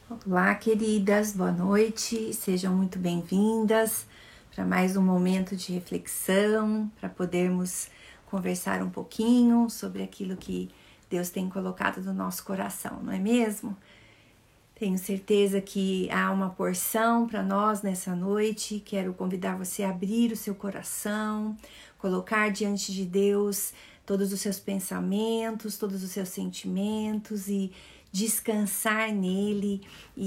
Olá, queridas, boa noite, sejam muito bem-vindas para mais um momento de reflexão, para podermos conversar um pouquinho sobre aquilo que Deus tem colocado no nosso coração, não é mesmo? Tenho certeza que há uma porção para nós nessa noite. Quero convidar você a abrir o seu coração, colocar diante de Deus todos os seus pensamentos, todos os seus sentimentos e descansar nele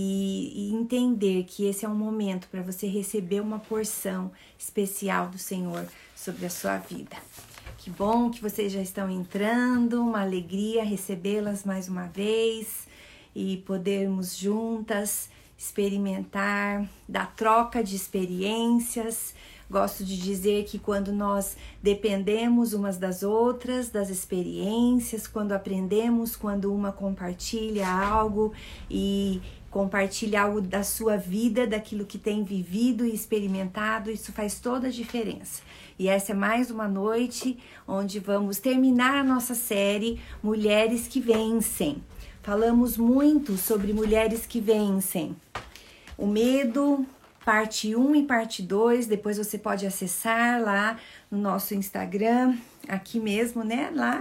e entender que esse é um momento para você receber uma porção especial do Senhor sobre a sua vida. Que bom que vocês já estão entrando, uma alegria recebê-las mais uma vez e podermos juntas experimentar da troca de experiências. Gosto de dizer que quando nós dependemos umas das outras, das experiências, quando aprendemos, quando uma compartilha algo e compartilha algo da sua vida, daquilo que tem vivido e experimentado, isso faz toda a diferença. E essa é mais uma noite onde vamos terminar a nossa série Mulheres que Vencem. Falamos muito sobre mulheres que vencem. O medo, parte 1 e parte 2, depois você pode acessar lá no nosso Instagram, aqui mesmo, né, lá.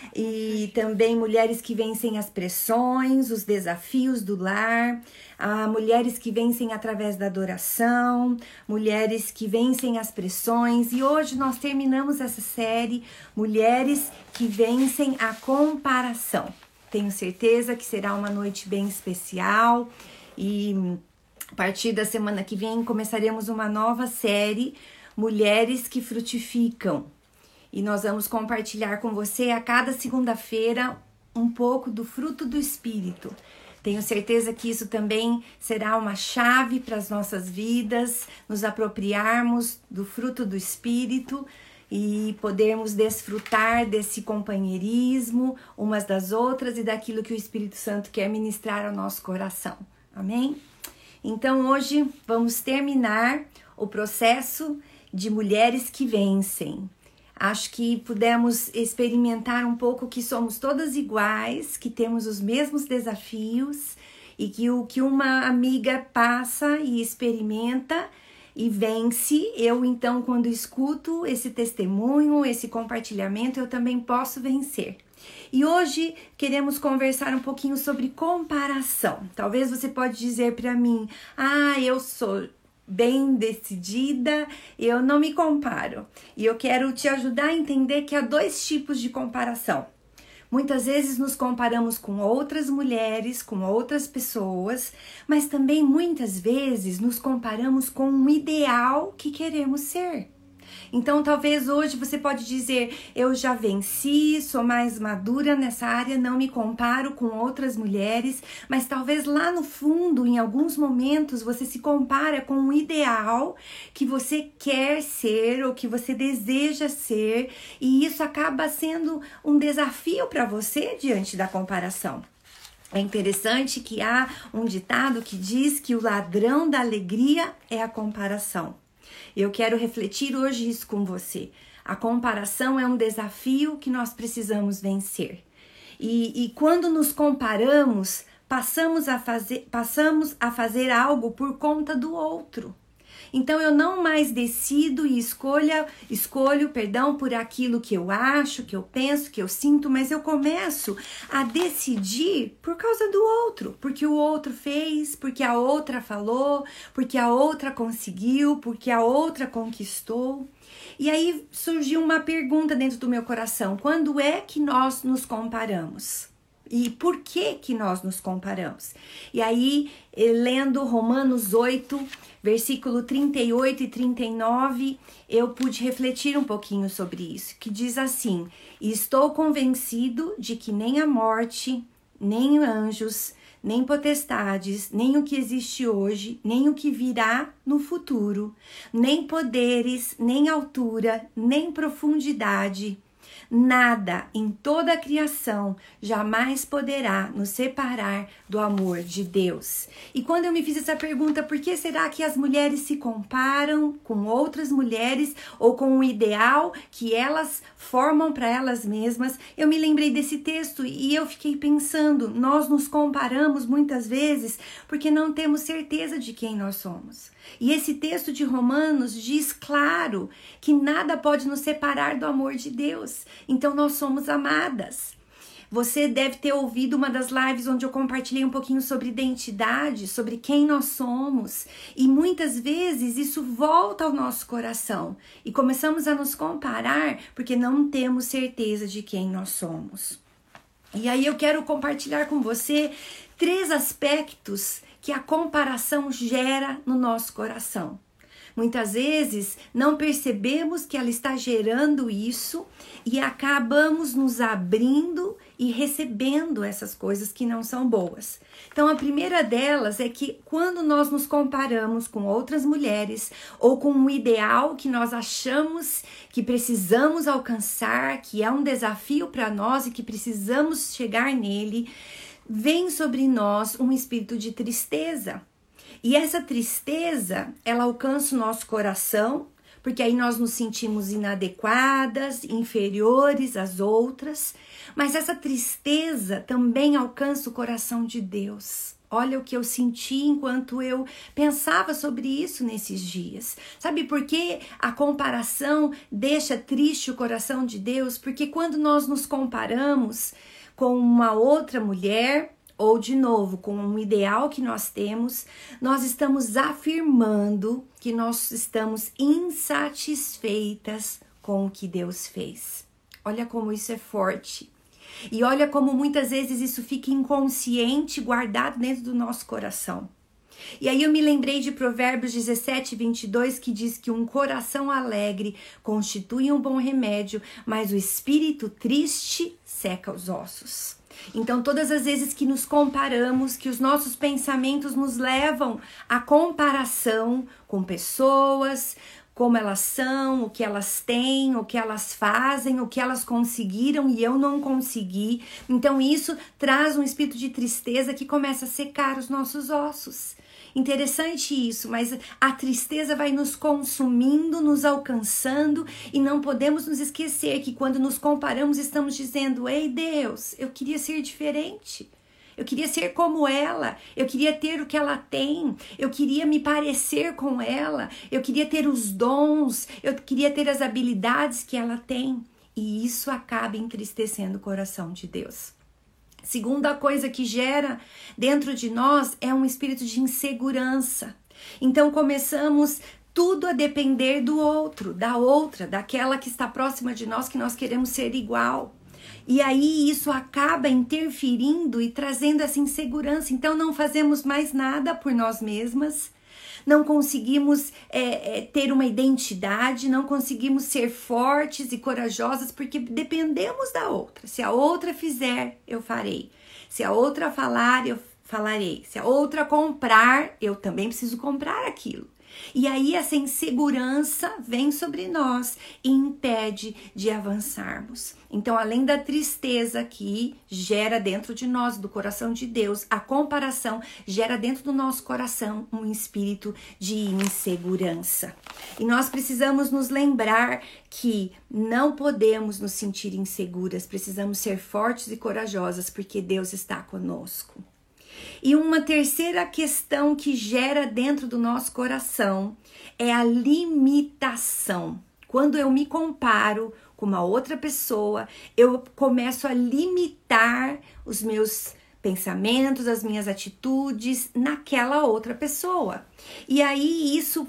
E também mulheres que vencem as pressões, os desafios do lar, mulheres que vencem através da adoração, mulheres que vencem as pressões. E hoje nós terminamos essa série, Mulheres que Vencem a Comparação. Tenho certeza que será uma noite bem especial e a partir da semana que vem começaremos uma nova série, Mulheres que Frutificam. E nós vamos compartilhar com você a cada segunda-feira um pouco do fruto do Espírito. Tenho certeza que isso também será uma chave para as nossas vidas, nos apropriarmos do fruto do Espírito e podermos desfrutar desse companheirismo umas das outras e daquilo que o Espírito Santo quer ministrar ao nosso coração. Amém? Então hoje vamos terminar o processo de mulheres que vencem. Acho que pudemos experimentar um pouco que somos todas iguais, que temos os mesmos desafios e que o que uma amiga passa e experimenta e vence, eu então quando escuto esse testemunho, esse compartilhamento, eu também posso vencer. E hoje queremos conversar um pouquinho sobre comparação. Talvez você pode dizer para mim, eu sou bem decidida, eu não me comparo. E eu quero te ajudar a entender que há dois tipos de comparação. Muitas vezes nos comparamos com outras mulheres, com outras pessoas, mas também muitas vezes nos comparamos com um ideal que queremos ser. Então, talvez hoje você pode dizer, eu já venci, sou mais madura nessa área, não me comparo com outras mulheres, mas talvez lá no fundo, em alguns momentos, você se compara com um ideal que você quer ser ou que você deseja ser, e isso acaba sendo um desafio para você diante da comparação. É interessante que há um ditado que diz que o ladrão da alegria é a comparação. Eu quero refletir hoje isso com você. A comparação é um desafio que nós precisamos vencer. E quando nos comparamos, passamos a fazer algo por conta do outro. Então eu não mais decido e escolho por aquilo que eu acho, que eu penso, que eu sinto, mas eu começo a decidir por causa do outro, porque o outro fez, porque a outra falou, porque a outra conseguiu, porque a outra conquistou. E aí surgiu uma pergunta dentro do meu coração: quando é que nós nos comparamos? E por que nós nos comparamos? E aí, lendo Romanos 8, versículo 38 e 39, eu pude refletir um pouquinho sobre isso, que diz assim: estou convencido de que nem a morte, nem anjos, nem potestades, nem o que existe hoje, nem o que virá no futuro, nem poderes, nem altura, nem profundidade, Nada em toda a criação jamais poderá nos separar do amor de Deus. E quando eu me fiz essa pergunta, por que será que as mulheres se comparam com outras mulheres ou com o ideal que elas formam para elas mesmas? Eu me lembrei desse texto e eu fiquei pensando, nós nos comparamos muitas vezes porque não temos certeza de quem nós somos. E esse texto de Romanos diz claro que nada pode nos separar do amor de Deus. Então nós somos amadas. Você deve ter ouvido uma das lives onde eu compartilhei um pouquinho sobre identidade, sobre quem nós somos. E muitas vezes isso volta ao nosso coração. E começamos a nos comparar porque não temos certeza de quem nós somos. E aí eu quero compartilhar com você 3 aspectos que a comparação gera no nosso coração. Muitas vezes não percebemos que ela está gerando isso e acabamos nos abrindo e recebendo essas coisas que não são boas. Então a primeira delas é que quando nós nos comparamos com outras mulheres ou com um ideal que nós achamos que precisamos alcançar, que é um desafio para nós e que precisamos chegar nele, vem sobre nós um espírito de tristeza. E essa tristeza, ela alcança o nosso coração, porque aí nós nos sentimos inadequadas, inferiores às outras. Mas essa tristeza também alcança o coração de Deus. Olha o que eu senti enquanto eu pensava sobre isso nesses dias. Sabe por que a comparação deixa triste o coração de Deus? Porque quando nós nos comparamos com uma outra mulher, ou de novo, com um ideal que nós temos, nós estamos afirmando que nós estamos insatisfeitas com o que Deus fez. Olha como isso é forte. E olha como muitas vezes isso fica inconsciente, guardado dentro do nosso coração. E aí eu me lembrei de Provérbios 17:22, que diz que um coração alegre constitui um bom remédio, mas o espírito triste seca os ossos. Então, todas as vezes que nos comparamos, que os nossos pensamentos nos levam à comparação com pessoas, como elas são, o que elas têm, o que elas fazem, o que elas conseguiram e eu não consegui. Então, isso traz um espírito de tristeza que começa a secar os nossos ossos. Interessante isso, mas a tristeza vai nos consumindo, nos alcançando e não podemos nos esquecer que quando nos comparamos estamos dizendo: ei Deus, eu queria ser diferente, eu queria ser como ela, eu queria ter o que ela tem, eu queria me parecer com ela, eu queria ter os dons, eu queria ter as habilidades que ela tem. E isso acaba entristecendo o coração de Deus. Segunda coisa que gera dentro de nós é um espírito de insegurança. Então começamos tudo a depender do outro, da outra, daquela que está próxima de nós, que nós queremos ser igual. E aí isso acaba interferindo e trazendo essa insegurança. Então não fazemos mais nada por nós mesmas. Não conseguimos ter uma identidade, não conseguimos ser fortes e corajosas porque dependemos da outra. Se a outra fizer, eu farei. Se a outra falar, eu falarei. Se a outra comprar, eu também preciso comprar aquilo. E aí essa insegurança vem sobre nós e impede de avançarmos. Então, além da tristeza que gera dentro de nós, do coração de Deus, a comparação gera dentro do nosso coração um espírito de insegurança. E nós precisamos nos lembrar que não podemos nos sentir inseguras, precisamos ser fortes e corajosas porque Deus está conosco. E uma terceira questão que gera dentro do nosso coração é a limitação. Quando eu me comparo com uma outra pessoa, eu começo a limitar os meus pensamentos, as minhas atitudes naquela outra pessoa. E aí isso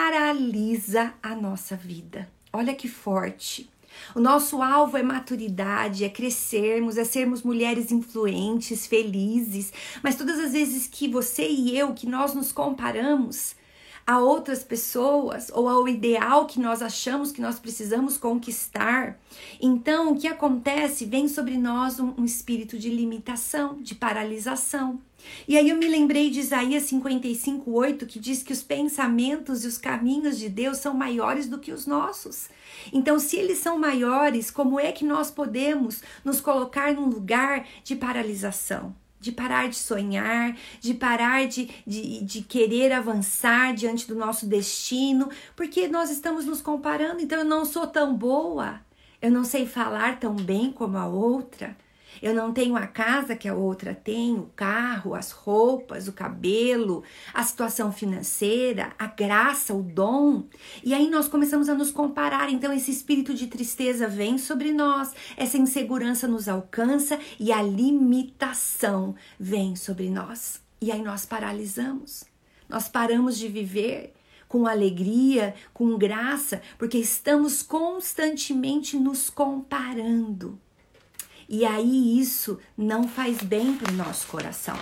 paralisa a nossa vida. Olha que forte. O nosso alvo é maturidade, é crescermos, é sermos mulheres influentes, felizes. Mas todas as vezes que você e eu, que nós nos comparamos, a outras pessoas ou ao ideal que nós achamos que nós precisamos conquistar, então o que acontece? Vem sobre nós um espírito de limitação, de paralisação. E aí eu me lembrei de Isaías 55:8, que diz que os pensamentos e os caminhos de Deus são maiores do que os nossos. Então, se eles são maiores, como é que nós podemos nos colocar num lugar de paralisação? De parar de sonhar, de parar de querer avançar diante do nosso destino, porque nós estamos nos comparando. Então, eu não sou tão boa, eu não sei falar tão bem como a outra, eu não tenho a casa que a outra tem, o carro, as roupas, o cabelo, a situação financeira, a graça, o dom. E aí nós começamos a nos comparar. Então esse espírito de tristeza vem sobre nós, essa insegurança nos alcança e a limitação vem sobre nós. E aí nós paralisamos. Nós paramos de viver com alegria, com graça, porque estamos constantemente nos comparando. E aí isso não faz bem para o nosso coração.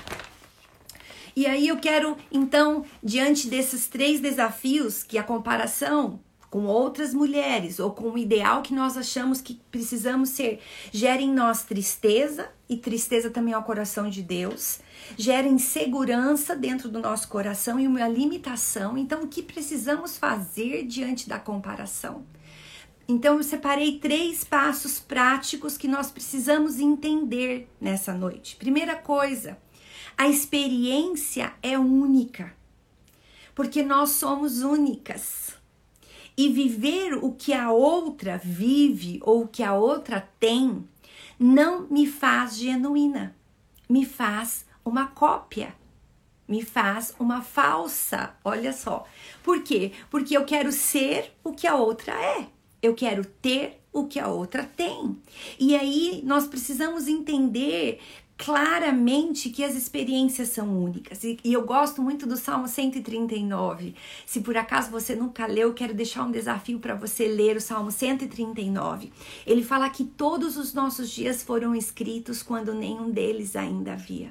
E aí eu quero, então, diante desses 3 desafios, que a comparação com outras mulheres ou com o ideal que nós achamos que precisamos ser, gera em nós tristeza, e tristeza também é o coração de Deus, gera insegurança dentro do nosso coração e uma limitação. Então, o que precisamos fazer diante da comparação? Então, eu separei 3 passos práticos que nós precisamos entender nessa noite. Primeira coisa, a experiência é única, porque nós somos únicas. E viver o que a outra vive ou o que a outra tem não me faz genuína, me faz uma cópia, me faz uma falsa. Olha só. Por quê? Porque eu quero ser o que a outra é. Eu quero ter o que a outra tem. E aí nós precisamos entender claramente que as experiências são únicas. E eu gosto muito do Salmo 139. Se por acaso você nunca leu, eu quero deixar um desafio para você ler o Salmo 139. Ele fala que todos os nossos dias foram escritos quando nenhum deles ainda havia.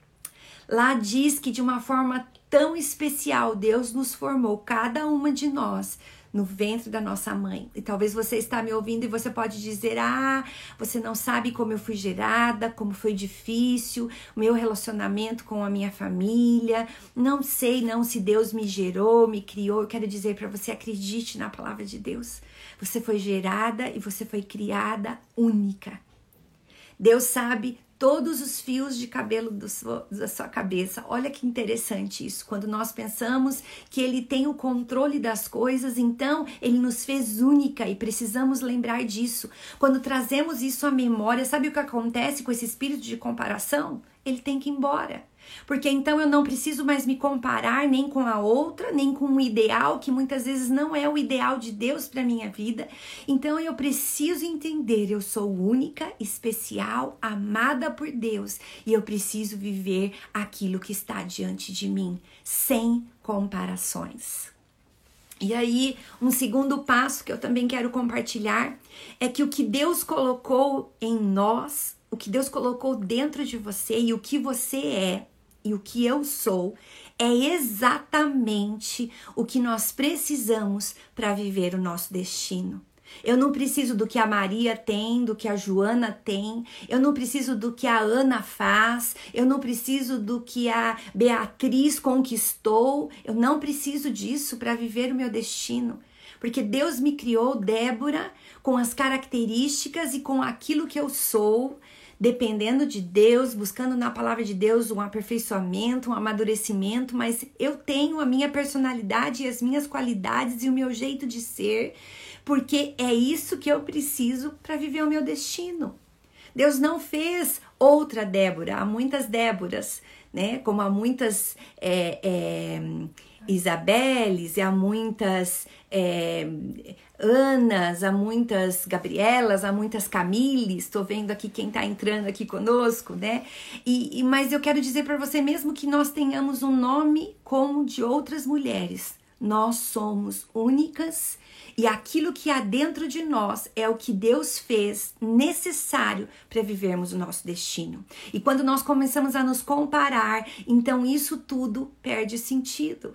Lá diz que de uma forma tão especial Deus nos formou, cada uma de nós, no ventre da nossa mãe. E talvez você está me ouvindo e você pode dizer: você não sabe como eu fui gerada, como foi difícil o meu relacionamento com a minha família, não sei não se Deus me gerou, me criou. Eu quero dizer para você, acredite na palavra de Deus. Você foi gerada e você foi criada única. Deus sabe todos os fios de cabelo da sua cabeça. Olha que interessante isso. Quando nós pensamos que Ele tem o controle das coisas, então Ele nos fez única e precisamos lembrar disso. Quando trazemos isso à memória, sabe o que acontece com esse espírito de comparação? Ele tem que ir embora. Porque então eu não preciso mais me comparar nem com a outra, nem com um ideal que muitas vezes não é o ideal de Deus para minha vida. Então eu preciso entender, eu sou única, especial, amada por Deus, e eu preciso viver aquilo que está diante de mim, sem comparações. E aí, um segundo passo que eu também quero compartilhar é que o que Deus colocou em nós, o que Deus colocou dentro de você e o que você é, e o que eu sou, é exatamente o que nós precisamos para viver o nosso destino. Eu não preciso do que a Maria tem, do que a Joana tem, eu não preciso do que a Ana faz, eu não preciso do que a Beatriz conquistou, eu não preciso disso para viver o meu destino. Porque Deus me criou, Débora, com as características e com aquilo que eu sou, dependendo de Deus, buscando na palavra de Deus um aperfeiçoamento, um amadurecimento, mas eu tenho a minha personalidade e as minhas qualidades e o meu jeito de ser, porque é isso que eu preciso para viver o meu destino. Deus não fez outra Débora, há muitas Déboras, né? Como há muitas Isabeles, e há muitas Anas, há muitas Gabrielas, há muitas Camiles. Estou vendo aqui quem está entrando aqui conosco, né? Mas eu quero dizer para você, mesmo que nós tenhamos um nome como de outras mulheres, nós somos únicas e aquilo que há dentro de nós é o que Deus fez necessário para vivermos o nosso destino. E quando nós começamos a nos comparar, então isso tudo perde sentido.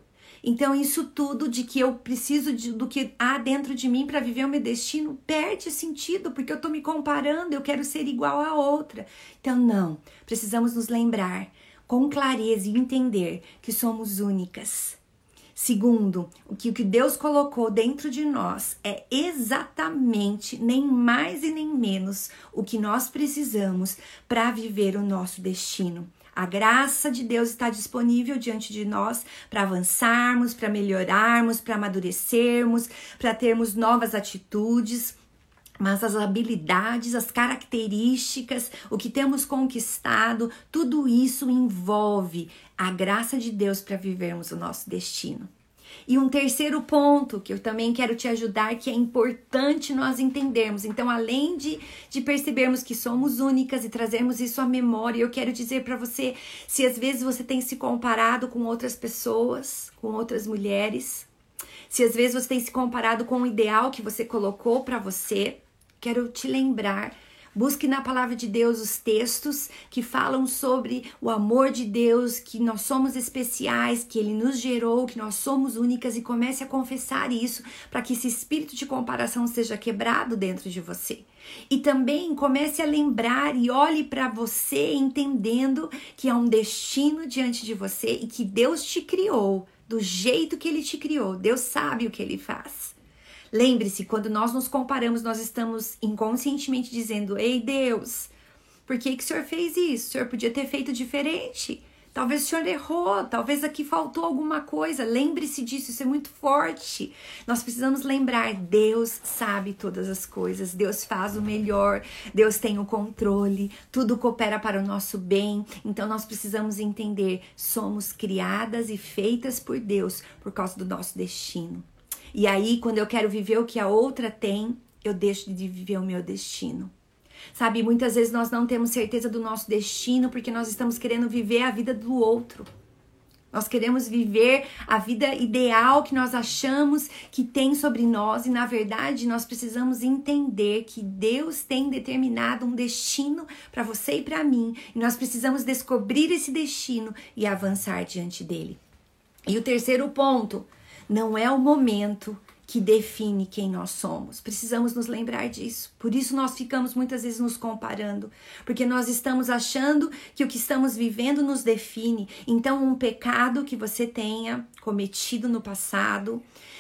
Então isso tudo de que eu preciso do que há dentro de mim para viver o meu destino perde sentido, porque eu tô me comparando, eu quero ser igual a outra. Então não, precisamos nos lembrar com clareza e entender que somos únicas. Segundo, o que Deus colocou dentro de nós é exatamente nem mais e nem menos o que nós precisamos para viver o nosso destino. A graça de Deus está disponível diante de nós para avançarmos, para melhorarmos, para amadurecermos, para termos novas atitudes. Mas as habilidades, as características, o que temos conquistado, tudo isso envolve a graça de Deus para vivermos o nosso destino. E um terceiro ponto que eu também quero te ajudar, que é importante nós entendermos. Então, além de percebermos que somos únicas e trazermos isso à memória, eu quero dizer para você, se às vezes você tem se comparado com outras pessoas, com outras mulheres, se às vezes você tem se comparado com o ideal que você colocou para você, quero te lembrar, busque na palavra de Deus os textos que falam sobre o amor de Deus, que nós somos especiais, que Ele nos gerou, que nós somos únicas, e comece a confessar isso para que esse espírito de comparação seja quebrado dentro de você. E também comece a lembrar e olhe para você entendendo que há um destino diante de você e que Deus te criou do jeito que Ele te criou. Deus sabe o que Ele faz. Lembre-se, quando nós nos comparamos, nós estamos inconscientemente dizendo: ei Deus, por que o Senhor fez isso? O Senhor podia ter feito diferente. Talvez o Senhor errou, talvez aqui faltou alguma coisa. Lembre-se disso, isso é muito forte. Nós precisamos lembrar, Deus sabe todas as coisas, Deus faz o melhor, Deus tem o controle, tudo coopera para o nosso bem. Então nós precisamos entender, somos criadas e feitas por Deus por causa do nosso destino. E aí, quando eu quero viver o que a outra tem, eu deixo de viver o meu destino. Sabe, muitas vezes nós não temos certeza do nosso destino porque nós estamos querendo viver a vida do outro. Nós queremos viver a vida ideal que nós achamos que tem sobre nós, e na verdade nós precisamos entender que Deus tem determinado um destino para você e para mim, e nós precisamos descobrir esse destino e avançar diante dele. E o terceiro ponto, não é o momento que define quem nós somos. Precisamos nos lembrar disso. Por isso nós ficamos muitas vezes nos comparando, porque nós estamos achando que o que estamos vivendo nos define. Então, um pecado que você tenha cometido no passado,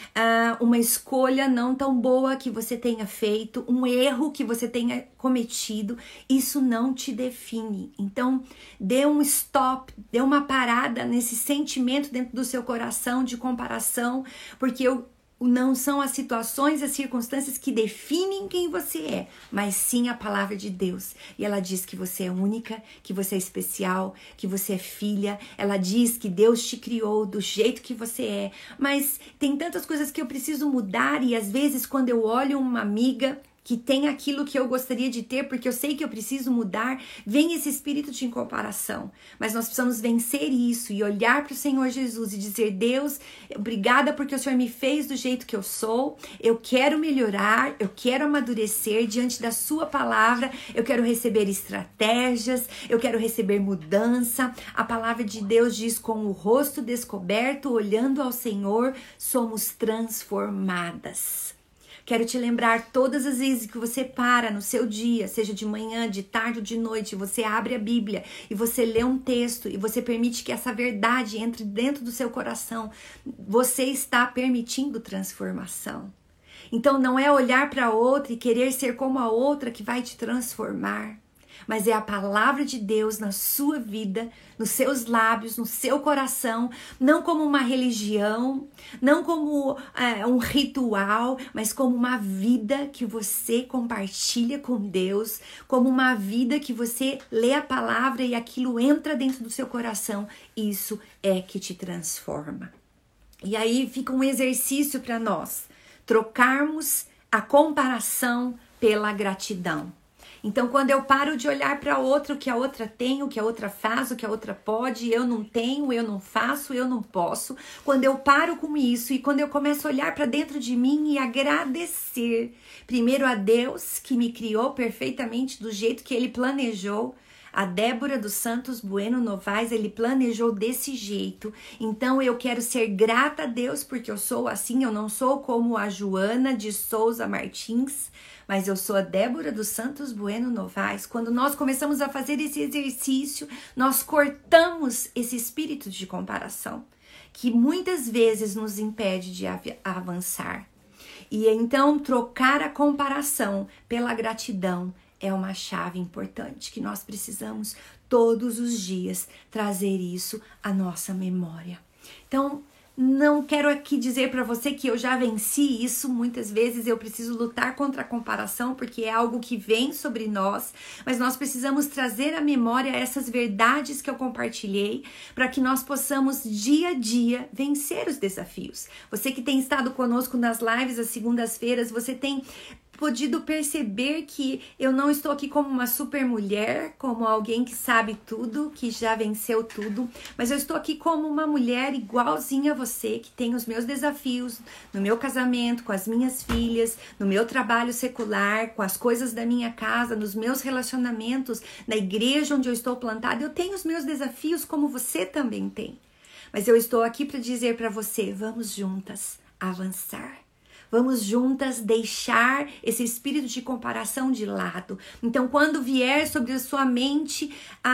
uma escolha não tão boa que você tenha feito, um erro que você tenha cometido, isso não te define. Então, dê um stop, dê uma parada nesse sentimento dentro do seu coração de comparação, porque não são as situações e as circunstâncias que definem quem você é, mas sim a palavra de Deus. E ela diz que você é única, que você é especial, que você é filha. Ela diz que Deus te criou do jeito que você é. Mas tem tantas coisas que eu preciso mudar, e às vezes quando eu olho uma amiga que tem aquilo que eu gostaria de ter, porque eu sei que eu preciso mudar, vem esse espírito de comparação. Mas nós precisamos vencer isso e olhar para o Senhor Jesus e dizer: Deus, obrigada porque o Senhor me fez do jeito que eu sou, eu quero melhorar, eu quero amadurecer diante da sua palavra, eu quero receber estratégias, eu quero receber mudança. A palavra de Deus diz: com o rosto descoberto, olhando ao Senhor, somos transformadas. Quero te lembrar, todas as vezes que você para no seu dia, seja de manhã, de tarde ou de noite, você abre a Bíblia e você lê um texto e você permite que essa verdade entre dentro do seu coração, você está permitindo transformação. Então não é olhar para outra e querer ser como a outra que vai te transformar, mas é a palavra de Deus na sua vida, nos seus lábios, no seu coração, não como uma religião, não como um ritual, mas como uma vida que você compartilha com Deus, como uma vida que você lê a palavra e aquilo entra dentro do seu coração. Isso é que te transforma. E aí fica um exercício para nós, trocarmos a comparação pela gratidão. Então, quando eu paro de olhar para outra, o que a outra tem, o que a outra faz, o que a outra pode, eu não tenho, eu não faço, eu não posso. Quando eu paro com isso e quando eu começo a olhar para dentro de mim e agradecer, primeiro a Deus que me criou perfeitamente do jeito que Ele planejou, A Débora dos Santos Bueno Novaes, ele planejou desse jeito. Então eu quero ser grata a Deus porque eu sou assim, eu não sou como a Joana de Souza Martins, mas eu sou a Débora dos Santos Bueno Novaes. Quando nós começamos a fazer esse exercício, nós cortamos esse espírito de comparação, que muitas vezes nos impede de avançar. E então trocar a comparação pela gratidão é uma chave importante que nós precisamos todos os dias trazer isso à nossa memória. Então, não quero aqui dizer para você que eu já venci isso. Muitas vezes eu preciso lutar contra a comparação porque é algo que vem sobre nós, mas nós precisamos trazer à memória essas verdades que eu compartilhei para que nós possamos dia a dia vencer os desafios. Você que tem estado conosco nas lives às segundas-feiras, você tem podido perceber que eu não estou aqui como uma super mulher, como alguém que sabe tudo, que já venceu tudo, mas eu estou aqui como uma mulher igualzinha a você, que tem os meus desafios no meu casamento, com as minhas filhas, no meu trabalho secular, com as coisas da minha casa, nos meus relacionamentos, na igreja onde eu estou plantada. Eu tenho os meus desafios como você também tem. Mas eu estou aqui para dizer para você, vamos juntas avançar. Vamos juntas deixar esse espírito de comparação de lado. Então, quando vier sobre a sua mente,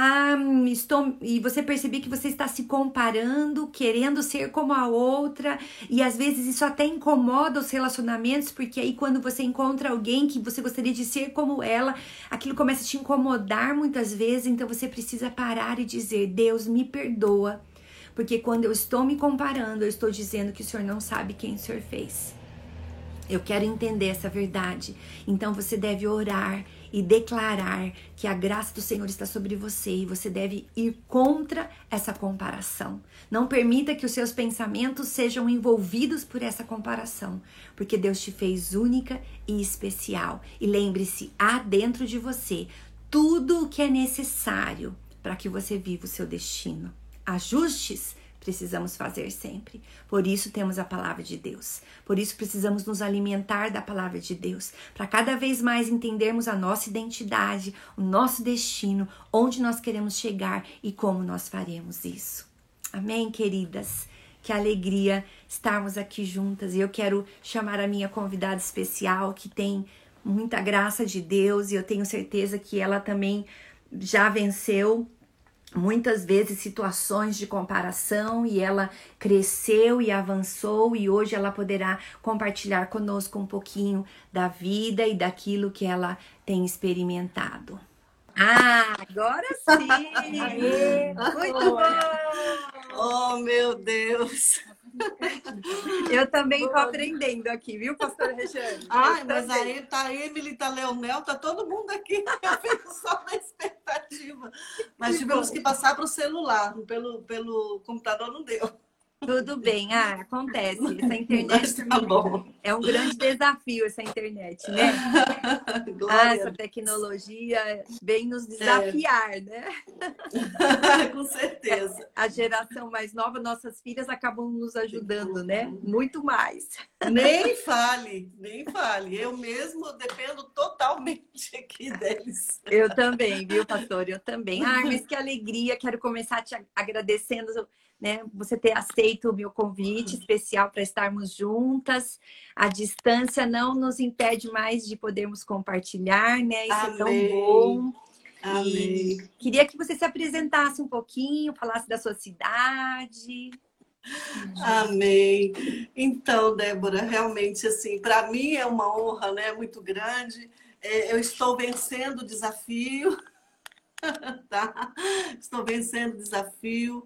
e você perceber que você está se comparando, querendo ser como a outra, e às vezes isso até incomoda os relacionamentos, porque aí quando você encontra alguém que você gostaria de ser como ela, aquilo começa a te incomodar muitas vezes, então você precisa parar e dizer, Deus, me perdoa, porque quando eu estou me comparando, eu estou dizendo que o Senhor não sabe quem o Senhor fez. Eu quero entender essa verdade. Então você deve orar e declarar que a graça do Senhor está sobre você e você deve ir contra essa comparação. Não permita que os seus pensamentos sejam envolvidos por essa comparação, porque Deus te fez única e especial. E lembre-se, há dentro de você tudo o que é necessário para que você viva o seu destino. Ajustes precisamos fazer sempre. Por isso temos a palavra de Deus. Por isso precisamos nos alimentar da palavra de Deus. Para cada vez mais entendermos a nossa identidade, o nosso destino, onde nós queremos chegar e como nós faremos isso. Amém, queridas? Que alegria estarmos aqui juntas. E eu quero chamar a minha convidada especial, que tem muita graça de Deus. E eu tenho certeza que ela também já venceu muitas vezes situações de comparação e ela cresceu e avançou e hoje ela poderá compartilhar conosco um pouquinho da vida e daquilo que ela tem experimentado. Agora sim! Muito bom! Oh, meu Deus! Eu também estou aprendendo aqui, viu, pastora Regiane? Ai, mas aí tá a Emily, tá Leonel, tá todo mundo aqui. Eu fico só na expectativa. Mas tivemos que passar para o celular, pelo computador não deu. Tudo bem, acontece. Essa internet tá bom. É um grande desafio, essa internet, né? Essa tecnologia vem nos desafiar, né? Com certeza. A geração mais nova, nossas filhas acabam nos ajudando, né? Muito mais. Nem fale, nem fale. Eu mesmo dependo totalmente aqui deles. Eu também, viu, pastor? Eu também. Mas que alegria. Quero começar te agradecendo, né, você ter aceito o meu convite especial para estarmos juntas. A distância não nos impede mais de podermos compartilhar, né? Isso é tão bom. Amém. E queria que você se apresentasse um pouquinho, falasse da sua cidade. Amém. Então, Débora, realmente, assim, para mim é uma honra, né, muito grande. Eu estou vencendo o desafio, tá? Estou vencendo o desafio.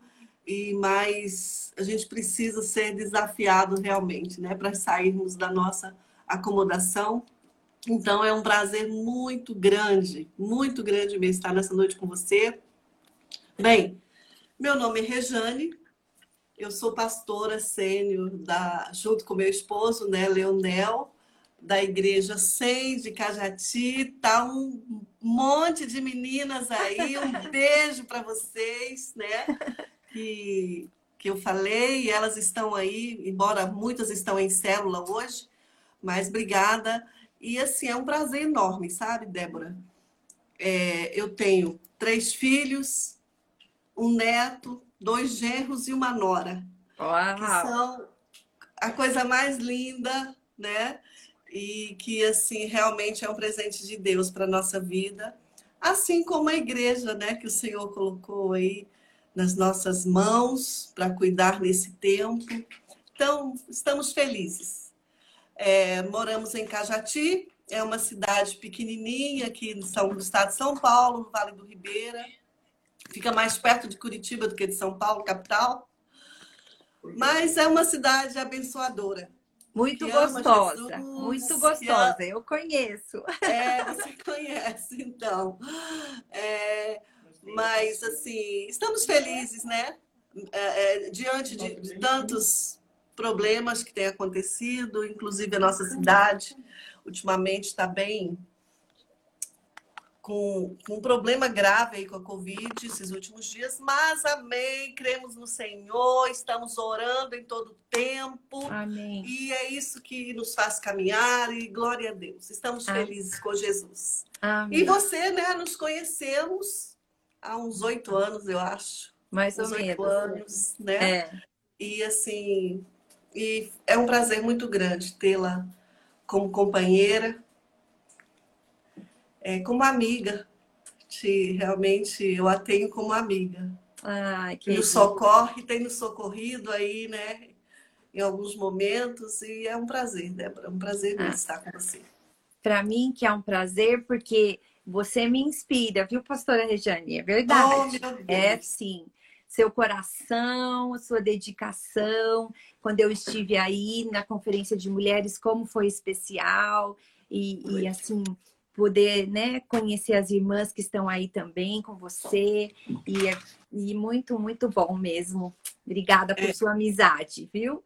Mas a gente precisa ser desafiado realmente, né, para sairmos da nossa acomodação. Então é um prazer muito grande mesmo estar nessa noite com você. Bem, meu nome é Rejane, eu sou pastora sênior junto com meu esposo, né, Leonel, da Igreja 100 de Cajati. Tá um monte de meninas aí, um beijo para vocês, né? Que eu falei, e elas estão aí, embora muitas estão em célula hoje, mas obrigada. E assim, é um prazer enorme, sabe, Débora? Eu tenho 3 filhos, um neto, 2 genros e uma nora, que Uau! são a coisa mais linda, né? E que, assim, realmente é um presente de Deus para a nossa vida. Assim como a igreja, né? Que o Senhor colocou aí nas nossas mãos para cuidar nesse tempo. Então, estamos felizes. Moramos em Cajati, é uma cidade pequenininha aqui no estado de São Paulo, no Vale do Ribeira. Fica mais perto de Curitiba do que de São Paulo, capital. Mas é uma cidade abençoadora, Muito que ama gostosa, muito Jesus, gostosa. Eu conheço. você conhece, então. Mas, assim, estamos felizes, né? Diante de tantos problemas que têm acontecido, inclusive a nossa cidade, ultimamente está bem com um problema grave aí com a Covid esses últimos dias, mas amém, cremos no Senhor, estamos orando em todo tempo, Amém. e é isso que nos faz caminhar, e glória a Deus, estamos felizes com Jesus. Amém. E você, né, nos conhecemos há uns 8 anos, eu acho. Mais ou uns 8 menos. anos, né? E assim, e é um prazer muito grande tê-la como companheira, como amiga. Realmente eu a tenho como amiga. Que nos socorre, tem nos socorrido aí, né? Em alguns momentos, e é um prazer, Débora, é um prazer mesmo estar com você. Para mim, que é um prazer, porque você me inspira, viu, pastora Rejane? É verdade. Oh, meu Deus. Sim. Seu coração, sua dedicação. Quando eu estive aí na Conferência de Mulheres, como foi especial. E assim, poder, né, conhecer as irmãs que estão aí também com você. E muito, muito bom mesmo. Obrigada por sua amizade, viu?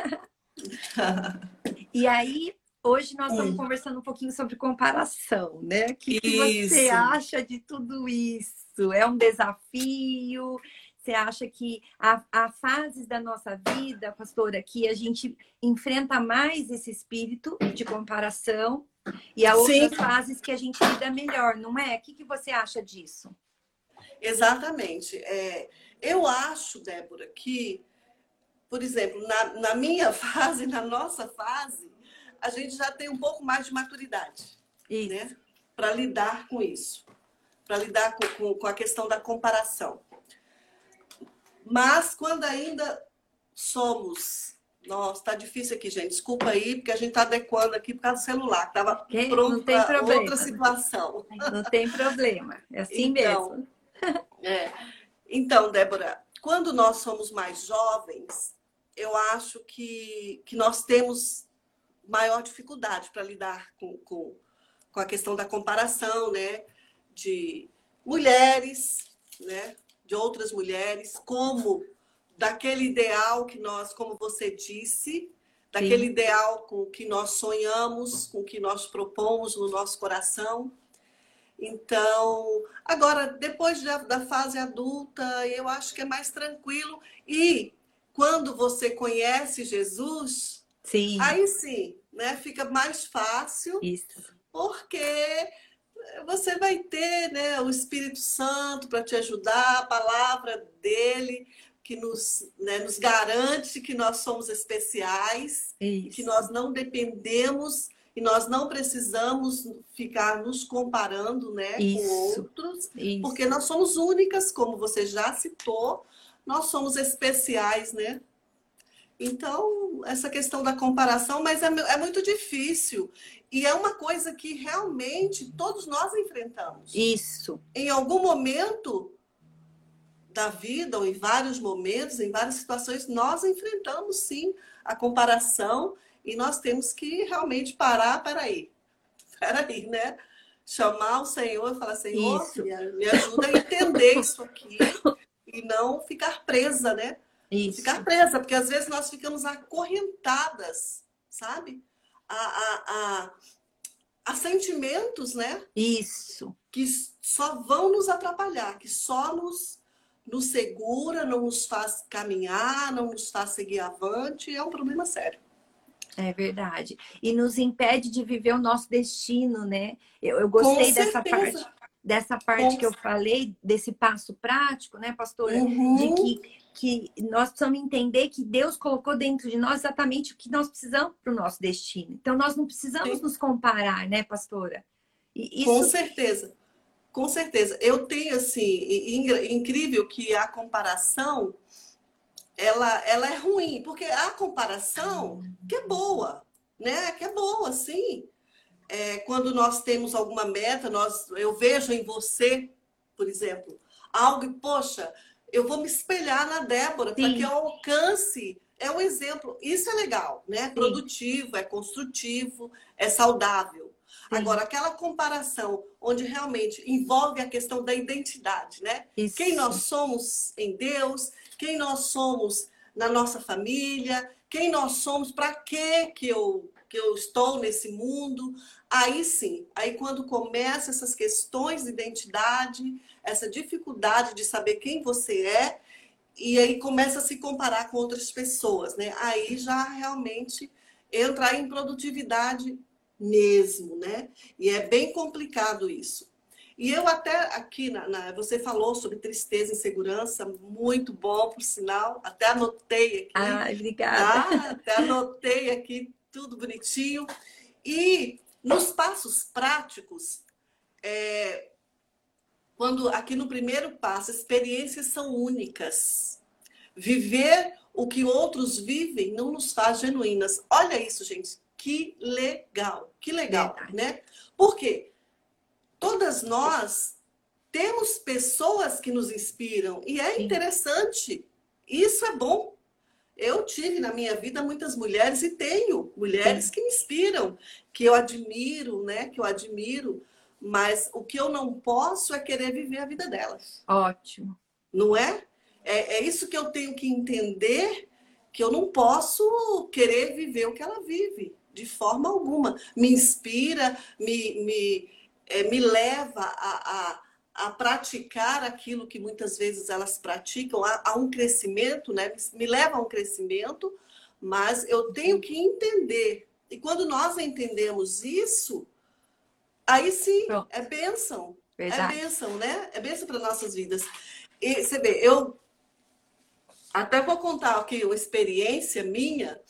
E aí, hoje nós estamos conversando um pouquinho sobre comparação, né? O que você acha de tudo isso? É um desafio? Você acha que há fases da nossa vida, pastora, que a gente enfrenta mais esse espírito de comparação e há outras fases que a gente lida melhor, não é? O que você acha disso? Exatamente. Eu acho, Débora, que, por exemplo, na minha fase, na nossa fase, a gente já tem um pouco mais de maturidade, né? Para lidar com isso, para lidar com a questão da comparação. Mas quando ainda somos... Nossa, tá difícil aqui, gente. Desculpa aí, porque a gente tá adequando aqui por causa do celular, que estava pronto para outra situação. Não tem problema, é assim mesmo. Então, Débora, quando nós somos mais jovens, eu acho que nós temos maior dificuldade para lidar com a questão da comparação, né? De mulheres, né? De outras mulheres, como daquele ideal que nós, como você disse, daquele ideal com que nós sonhamos, com que nós propomos no nosso coração. Então, agora, depois da fase adulta, eu acho que é mais tranquilo. E quando você conhece Jesus, aí sim, né, fica mais fácil, porque você vai ter, né, o Espírito Santo para te ajudar, a palavra dele, que nos garante que nós somos especiais, que nós não dependemos e nós não precisamos ficar nos comparando, né, com outros, porque nós somos únicas, como você já citou, nós somos especiais, né? Então, essa questão da comparação, mas é muito difícil. E é uma coisa que realmente todos nós enfrentamos. Em algum momento da vida, ou em vários momentos, em várias situações, nós enfrentamos, sim, a comparação e nós temos que realmente parar, peraí, né? Chamar o Senhor e falar, Senhor, me ajuda a entender isso aqui e não ficar presa, né? Ficar presa, porque às vezes nós ficamos acorrentadas, sabe? A sentimentos, né? Que só vão nos atrapalhar, que só nos segura, não nos faz caminhar, não nos faz seguir avante, é um problema sério. É verdade. E nos impede de viver o nosso destino, né? Eu gostei dessa parte. dessa parte Com- que eu falei, desse passo prático, né, pastora? De Uhum. que nós precisamos entender que Deus colocou dentro de nós exatamente o que nós precisamos para o nosso destino. Então, nós não precisamos Sim, nos comparar, né, pastora? E com isso, certeza. Com certeza. Eu tenho, assim, incrível que a comparação, ela é ruim, porque a comparação que é boa, né? Que é boa, sim. Quando nós temos alguma meta, eu vejo em você, por exemplo, algo e, poxa, eu vou me espelhar na Débora para que eu sim, alcance. É um exemplo. Isso é legal, né? É sim, produtivo, é construtivo, é saudável. sim, Agora, aquela comparação onde realmente envolve a questão da identidade, né? Quem nós isso. somos em Deus, quem nós somos na nossa família, quem nós somos, para que eu estou nesse mundo. Aí sim, aí quando começa essas questões de identidade, essa dificuldade de saber quem você é, e aí começa a se comparar com outras pessoas, né? Aí já realmente entra em produtividade mesmo, né? E é bem complicado isso. E eu até aqui, você falou sobre tristeza e insegurança, muito bom, por sinal, até anotei aqui, Ah, obrigada. tá? Até anotei aqui, tudo bonitinho. E nos passos práticos, quando aqui no primeiro passo, experiências são únicas. Viver o que outros vivem não nos faz genuínas. Olha isso, gente. Que legal, Verdade. né? Por quê? Todas nós temos pessoas que nos inspiram e é Sim, interessante. Isso é bom. Eu tive na minha vida muitas mulheres e tenho mulheres sim. que me inspiram, que eu admiro, né? Que eu admiro, mas o que eu não posso é querer viver a vida delas, Ótimo. não é? É isso que eu tenho que entender, que eu não posso querer viver o que ela vive, de forma alguma. Me inspira, me leva a praticar aquilo que muitas vezes elas praticam, a um crescimento, né? Me leva a um crescimento, mas eu tenho que entender. E quando nós entendemos isso, aí sim, Pronto. é Verdade. bênção, né? É bênção para nossas vidas. E você vê, eu até vou contar aqui uma experiência minha.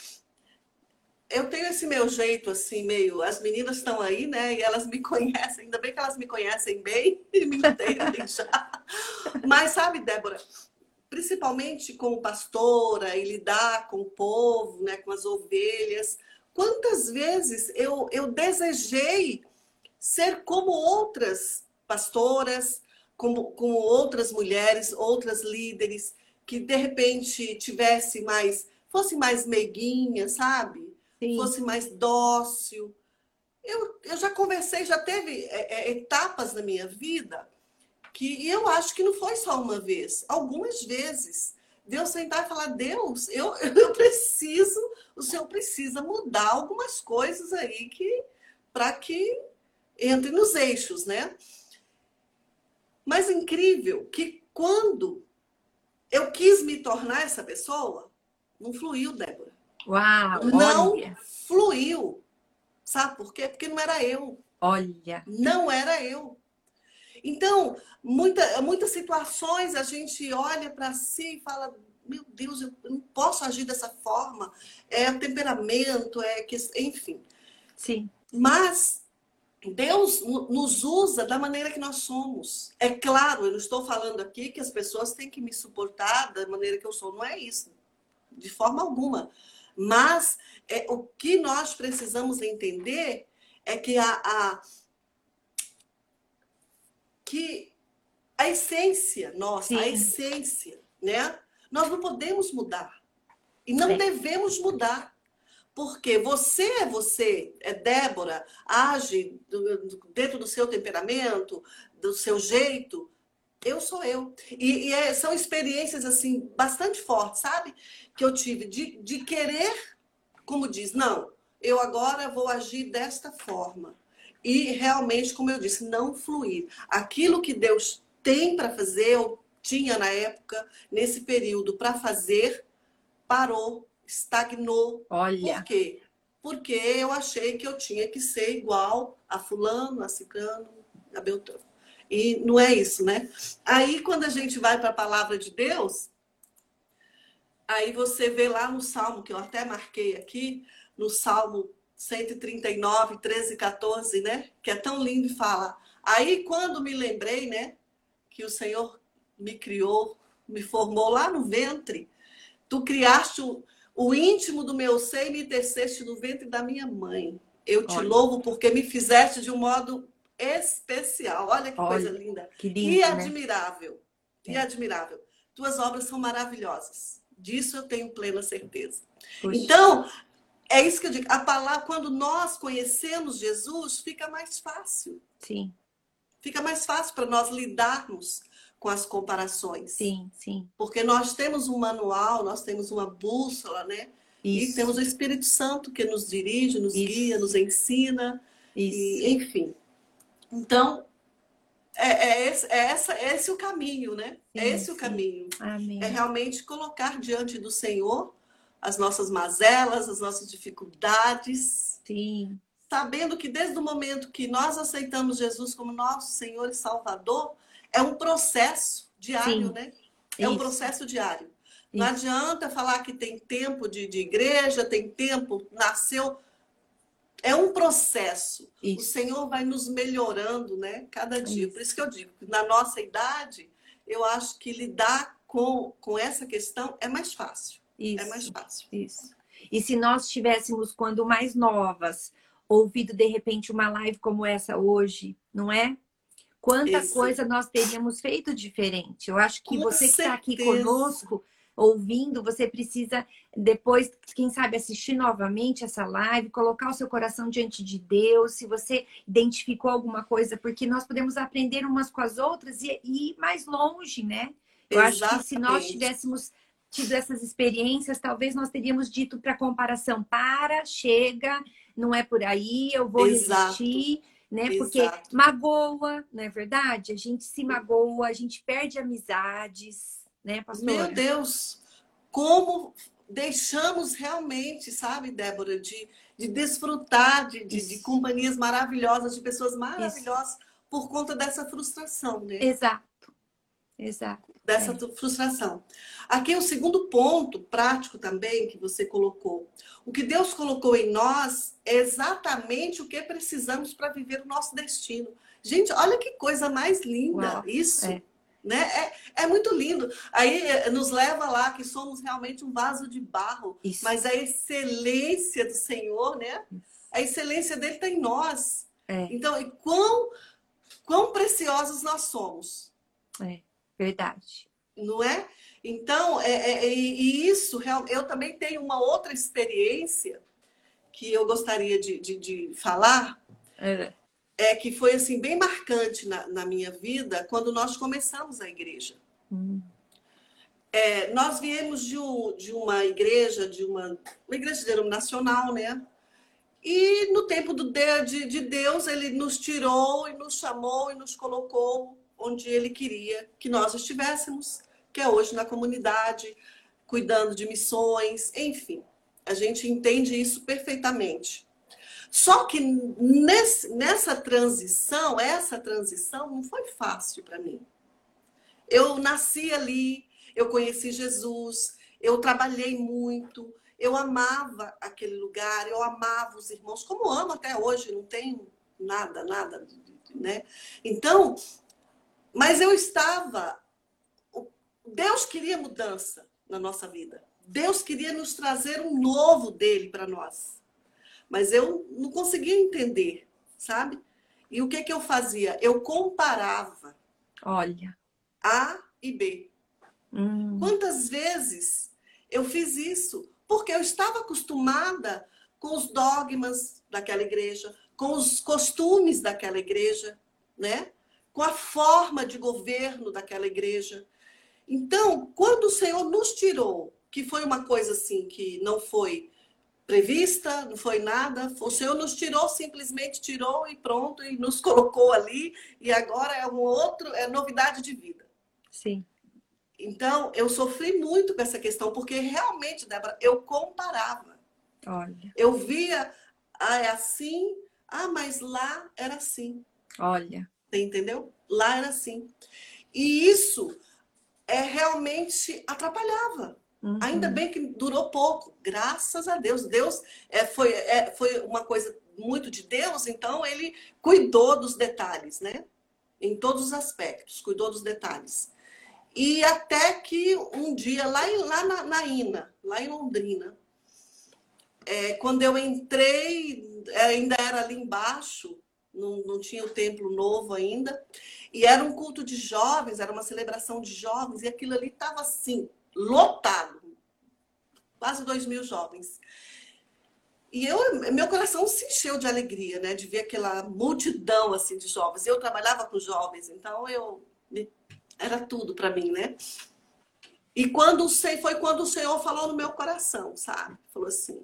Eu tenho esse meu jeito assim, meio. As meninas estão aí, né? E elas me conhecem, ainda bem que elas me conhecem bem e me entendem já. Mas sabe, Débora, principalmente como pastora e lidar com o povo, né, com as ovelhas, quantas vezes eu desejei ser como outras pastoras, como outras mulheres, outras líderes, que de repente fosse mais meiguinha, sabe? Sim. Fosse mais dócil. Eu já conversei, já teve etapas na minha vida que eu acho que não foi só uma vez, algumas vezes. Deus sentar e falar, Deus, eu preciso, o Senhor precisa mudar algumas coisas aí para que entre nos eixos, né? Mas incrível que quando eu quis me tornar essa pessoa, não fluiu, Débora. Uau, Não olha, fluiu. Sabe por quê? Porque não era eu. olha. Não era eu. Então, muitas situações a gente olha para si e fala: meu Deus, eu não posso agir dessa forma. É o temperamento, enfim. Sim, Mas Deus nos usa da maneira que nós somos. É claro, eu não estou falando aqui que as pessoas têm que me suportar da maneira que eu sou. Não é isso, de forma alguma. Mas o que nós precisamos entender é que a essência nossa, a sim. essência, né? Nós não podemos mudar e não É, devemos mudar. Porque você, é Débora, age dentro do seu temperamento, do seu jeito. Eu sou eu. São experiências assim bastante fortes, sabe? Que eu tive de querer, como diz, não, eu agora vou agir desta forma. E realmente, como eu disse, não fluir. Aquilo que Deus tem para fazer, eu tinha na época, nesse período, para fazer, parou, estagnou. Por olha, quê? Porque eu achei que eu tinha que ser igual a fulano, a ciclano, a Beltrano. E não é isso, né? Aí, quando a gente vai para a palavra de Deus, aí você vê lá no Salmo, que eu até marquei aqui, no Salmo 139, 13 e 14, né? Que é tão lindo e fala. Aí, quando me lembrei, né? Que o Senhor me criou, me formou lá no ventre. Tu criaste o íntimo do meu ser e me teceste no ventre da minha mãe. Eu te Olha, louvo porque me fizeste de um modo especial. Olha que coisa olha, linda. que E lindo, né? admirável. E É. admirável. Tuas obras são maravilhosas. Disso eu tenho plena certeza. Puxa, Então, é isso que eu digo. A palavra, quando nós conhecemos Jesus, fica mais fácil. sim, Fica mais fácil para nós lidarmos com as comparações. sim, sim. Porque nós temos um manual, nós temos uma bússola, né? E temos Isso, o Espírito Santo que nos dirige, nos guia, nos isso, ensina, isso. e enfim. Então, é esse o caminho, né? É Sim, esse o sim. caminho. É Amém. realmente colocar diante do Senhor as nossas mazelas, as nossas dificuldades, Sim, sabendo que desde o momento que nós aceitamos Jesus como nosso Senhor e Salvador, é um processo diário, sim. né? É um Isso, processo diário. Não isso, adianta falar que tem tempo de igreja, tem tempo, nasceu. É um processo. O isso, Senhor vai nos melhorando, né? Cada dia. Por isso, isso que eu digo, que na nossa idade, eu acho que lidar com essa questão é mais fácil. É mais isso, fácil. isso. E se nós tivéssemos, quando mais novas, ouvido de repente uma live como essa hoje, não é? Quanta Esse, coisa nós teríamos feito diferente. Eu acho que com você que está aqui certeza. conosco, ouvindo, você precisa depois, quem sabe, assistir novamente essa live, colocar o seu coração diante de Deus, se você identificou alguma coisa, porque nós podemos aprender umas com as outras e ir mais longe, né? Eu acho que se nós Exatamente. tivéssemos tido essas experiências, talvez nós teríamos dito para comparação, para, chega, não é por aí, eu vou Exato. resistir, né? Porque Exato. magoa, não é verdade? A gente se magoa, a gente perde amizades, né, Meu pastora? Deus, como deixamos realmente, sabe, Débora, de desfrutar de Isso, companhias maravilhosas, de pessoas isso. maravilhosas, por conta dessa frustração, né? Exato, exato. Dessa É. frustração. Aqui o segundo ponto prático também que você colocou. O que Deus colocou em nós é exatamente o que precisamos para viver o nosso destino. Gente, olha que coisa mais linda Uau. isso, É, né? É muito lindo. Aí nos leva lá que somos realmente um vaso de barro, isso. mas a excelência do Senhor, né? A excelência dele está em nós. É, Então, e quão preciosos nós somos. é, verdade. Não é? Então, e isso, eu também tenho uma outra experiência que eu gostaria de falar, É. que foi assim bem marcante na minha vida, quando nós começamos a igreja. Hum, Nós viemos de uma igreja, uma igreja denominacional, né? E no tempo de Deus, ele nos tirou e nos chamou e nos colocou onde ele queria que nós estivéssemos, que é hoje na comunidade, cuidando de missões, enfim. A gente entende isso perfeitamente. Só que nessa transição, essa transição não foi fácil para mim. Eu nasci ali, eu conheci Jesus, eu trabalhei muito, eu amava aquele lugar, eu amava os irmãos, como amo até hoje, não tenho nada, né? Então, mas eu estava. Deus queria mudança na nossa vida. Deus queria nos trazer um novo dele para nós. Mas eu não conseguia entender, sabe? E o que eu fazia? Eu comparava olha. A e B. Hum, Quantas vezes eu fiz isso? Porque eu estava acostumada com os dogmas daquela igreja, com os costumes daquela igreja, né? Com a forma de governo daquela igreja. Então, quando o Senhor nos tirou, que foi uma coisa assim que não foi prevista, não foi nada, o Senhor nos tirou, simplesmente tirou e pronto, e nos colocou ali, e agora é novidade de vida. sim. Então, eu sofri muito com essa questão, porque realmente, Débora, eu comparava. Olha, Eu via, é assim, mas lá era assim. olha. Você entendeu? Lá era assim. E isso realmente atrapalhava. Ainda bem que durou pouco, graças a Deus. Deus foi uma coisa muito de Deus, então ele cuidou dos detalhes, né? Em todos os aspectos, cuidou dos detalhes. E até que um dia, lá na INA, lá em Londrina, quando eu entrei, ainda era ali embaixo, não tinha o templo novo ainda, e era um culto de jovens, era uma celebração de jovens, e aquilo ali estava assim, lotado, quase 2.000 jovens. E meu coração se encheu de alegria, né, de ver aquela multidão assim de jovens. Eu trabalhava com jovens, então era tudo para mim, né? E foi quando o Senhor falou no meu coração, sabe? Falou assim: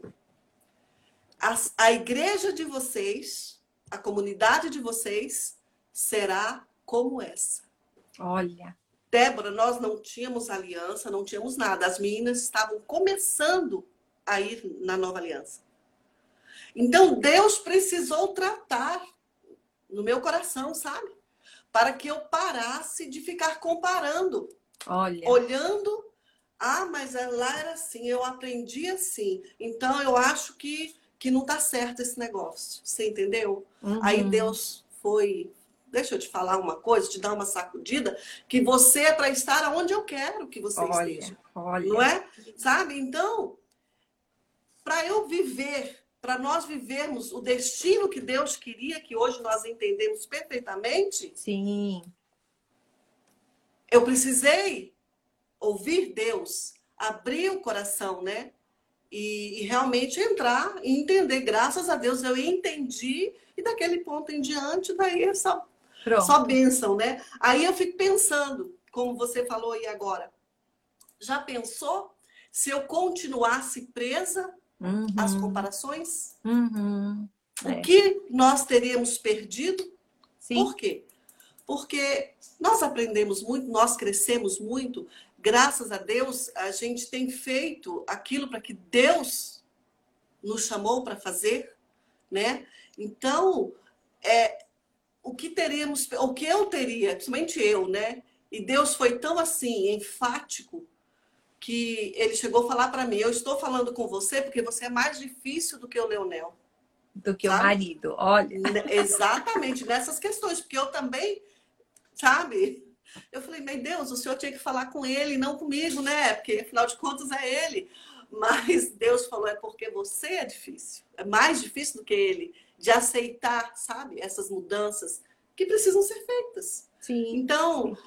a igreja de vocês, a comunidade de vocês será como essa. Olha. Débora, nós não tínhamos aliança, não tínhamos nada. As meninas estavam começando a ir na nova aliança. Então, Deus precisou tratar no meu coração, sabe? Para que eu parasse de ficar comparando. Olha. Olhando, mas lá era assim, eu aprendi assim. Então, eu acho que não está certo esse negócio. Você entendeu? Aí Deus foi... Deixa eu te falar uma coisa, te dar uma sacudida, que você é para estar onde eu quero que você esteja. Olha. Não é? Sabe? Então, para nós vivermos o destino que Deus queria, que hoje nós entendemos perfeitamente. Sim. Eu precisei ouvir Deus, abrir o coração, né? E realmente entrar e entender. Graças a Deus eu entendi, e daquele ponto em diante, daí é só bênção, né? Aí eu fico pensando, como você falou aí agora, já pensou se eu continuasse presa às comparações? O que nós teríamos perdido? Sim. Por quê? Porque nós aprendemos muito, nós crescemos muito. Graças a Deus, a gente tem feito aquilo para que Deus nos chamou para fazer, né? Então, o que eu teria, principalmente eu, né? E Deus foi tão assim, enfático, que ele chegou a falar para mim: eu estou falando com você porque você é mais difícil do que o Leonel. Do que, sabe? O marido, olha. Exatamente, nessas questões, porque eu também, sabe? Eu falei: meu Deus, o senhor tinha que falar com ele, não comigo, né? Porque, afinal de contas, é ele. Mas Deus falou: é porque você é difícil. É mais difícil do que ele de aceitar, sabe? Essas mudanças que precisam ser feitas. Sim. Então,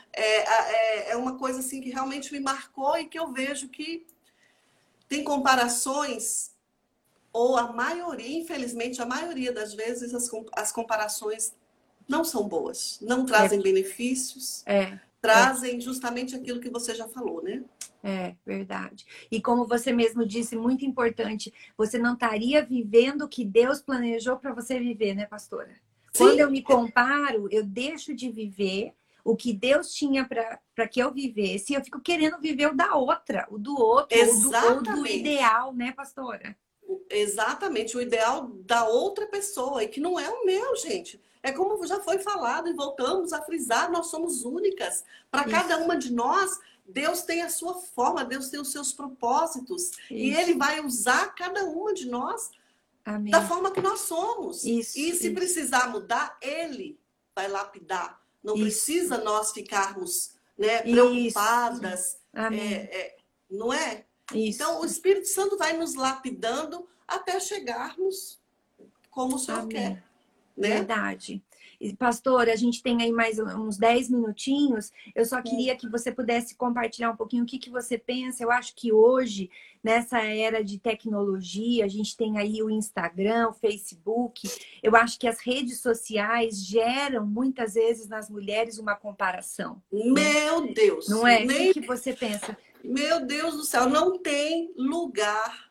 é uma coisa assim que realmente me marcou e que eu vejo que tem comparações, ou a maioria, infelizmente, a maioria das vezes, as comparações não são boas, não trazem benefícios, trazem justamente aquilo que você já falou, né? É, verdade. E como você mesmo disse, muito importante, você não estaria vivendo o que Deus planejou para você viver, né, pastora? Sim. Quando eu me comparo, eu deixo de viver o que Deus tinha para que eu vivesse, e eu fico querendo viver o da outra, o do outro, ou do ideal, né, pastora? Exatamente, o ideal da outra pessoa, e que não é o meu, gente. É como já foi falado, e voltamos a frisar, nós somos únicas. Para cada uma de nós, Deus tem a sua forma, Deus tem os seus propósitos. Isso. E Ele vai usar cada uma de nós Amém. Da forma que nós somos. Isso, e se precisar mudar, Ele vai lapidar. Não precisa nós ficarmos, né, preocupadas. Não é? Isso. Então, o Espírito Santo vai nos lapidando até chegarmos como o Senhor quer. Né? Verdade. E, pastora, a gente tem aí mais uns 10 minutinhos. Eu só queria que você pudesse compartilhar um pouquinho o que você pensa. Eu acho que hoje, nessa era de tecnologia, a gente tem aí o Instagram, o Facebook. Eu acho que as redes sociais geram, muitas vezes, nas mulheres uma comparação. Meu Deus! Não é? O que você pensa? Meu Deus do céu, não tem lugar,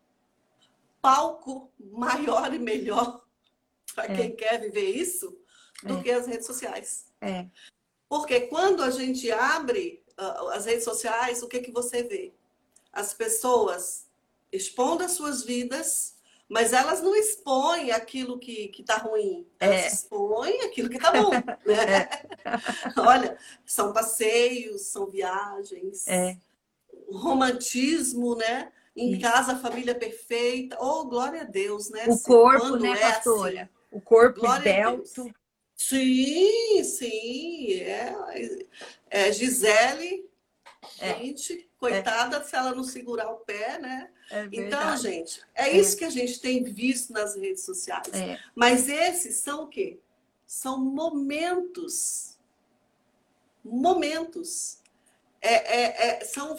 palco maior e melhor para quem quer viver isso do que as redes sociais. Porque quando a gente abre as redes sociais, o que você vê? As pessoas expondo as suas vidas, Mas elas não expõem aquilo que está ruim, elas expõem aquilo que está bom, né? Olha, são passeios, são viagens, romantismo, né? Em casa, a família perfeita. Oh, glória a Deus, né? O corpo, Quando né, é pastora? assim, O corpo glória a Deus. esbelto. Sim, sim. É Gisele, gente, coitada se ela não segurar o pé, né? É Então, verdade. gente, é isso que a gente tem visto nas redes sociais. Mas esses são o quê? São momentos. Momentos. São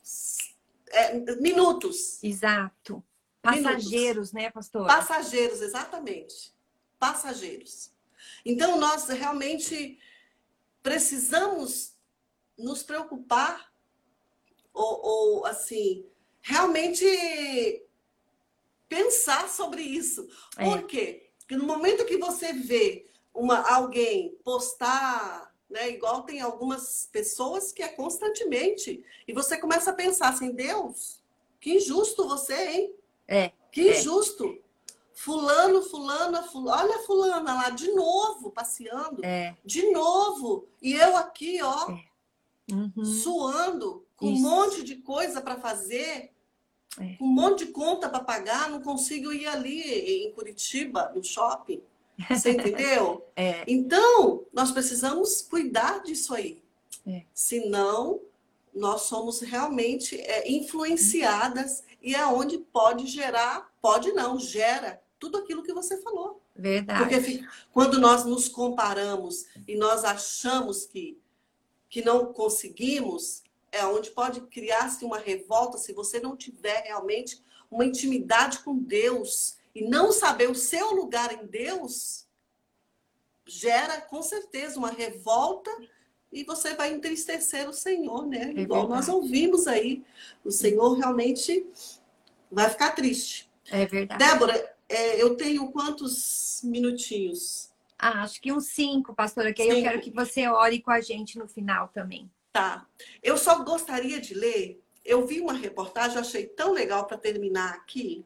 minutos. Exato. Passageiros, minutos. Né, pastora? Passageiros, exatamente. Passageiros. Então, nós realmente precisamos nos preocupar ou assim, realmente pensar sobre isso. Por quê? Porque no momento que você vê alguém postar, né, igual tem algumas pessoas que é constantemente, e você começa a pensar assim, Deus, que injusto você, hein? Que injusto. Fulano, olha a fulana lá de novo passeando, de novo, e eu aqui, ó, suando, com um monte de coisa para fazer, com um monte de conta para pagar, não consigo ir ali em Curitiba, no shopping. Você entendeu? Então, nós precisamos cuidar disso aí. Senão, nós somos realmente influenciadas e é onde pode gerar, pode não, gera tudo aquilo que você falou. Verdade. Porque quando nós nos comparamos e nós achamos que não conseguimos, é onde pode criar-se uma revolta se você não tiver realmente uma intimidade com Deus e não saber o seu lugar em Deus, gera com certeza uma revolta e você vai entristecer o Senhor, né? Igual nós ouvimos aí, o Senhor realmente vai ficar triste. É verdade. Débora, eu tenho quantos minutinhos? Acho que uns 5, pastora, que aí eu quero que você ore com a gente no final também. Tá. Eu só gostaria de ler, eu vi uma reportagem, eu achei tão legal para terminar aqui.